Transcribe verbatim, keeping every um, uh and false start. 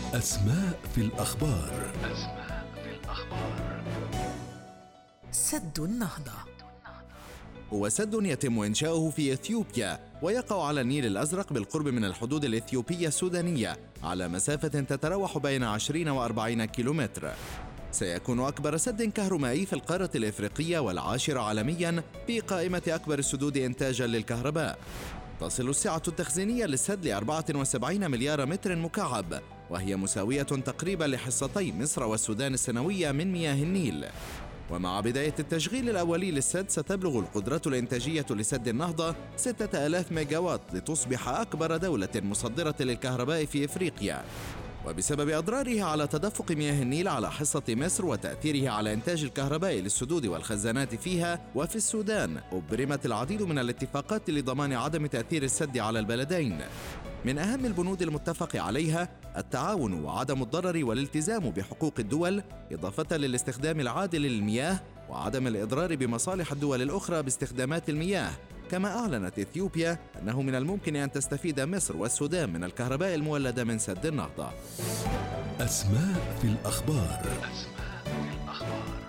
أسماء في الأخبار. أسماء في الأخبار. سد النهضة هو سد يتم إنشاؤه في إثيوبيا ويقع على النيل الأزرق بالقرب من الحدود الإثيوبية السودانية على مسافة تتراوح بين عشرين وأربعين كيلومتر. سيكون أكبر سد كهربائي في القارة الإفريقية والعاشر عالمياً في قائمة أكبر السدود إنتاجاً للكهرباء. تصل السعة التخزينية للسد ل أربعة وسبعين مليار متر مكعب، وهي مساوية تقريباً لحصتي مصر والسودان السنوية من مياه النيل. ومع بداية التشغيل الأولي للسد ستبلغ القدرة الإنتاجية لسد النهضة ستة آلاف ميجاوات لتصبح أكبر دولة مصدرة للكهرباء في إفريقيا. وبسبب أضراره على تدفق مياه النيل على حصة مصر وتأثيره على إنتاج الكهرباء للسدود والخزانات فيها وفي السودان، أبرمت العديد من الاتفاقات لضمان عدم تأثير السد على البلدين. من أهم البنود المتفق عليها التعاون وعدم الضرر والالتزام بحقوق الدول، إضافة للاستخدام العادل للمياه وعدم الإضرار بمصالح الدول الأخرى باستخدامات المياه. كما أعلنت إثيوبيا أنه من الممكن أن تستفيد مصر والسودان من الكهرباء المولدة من سد النهضة. أسماء في الأخبار. أسماء في الأخبار.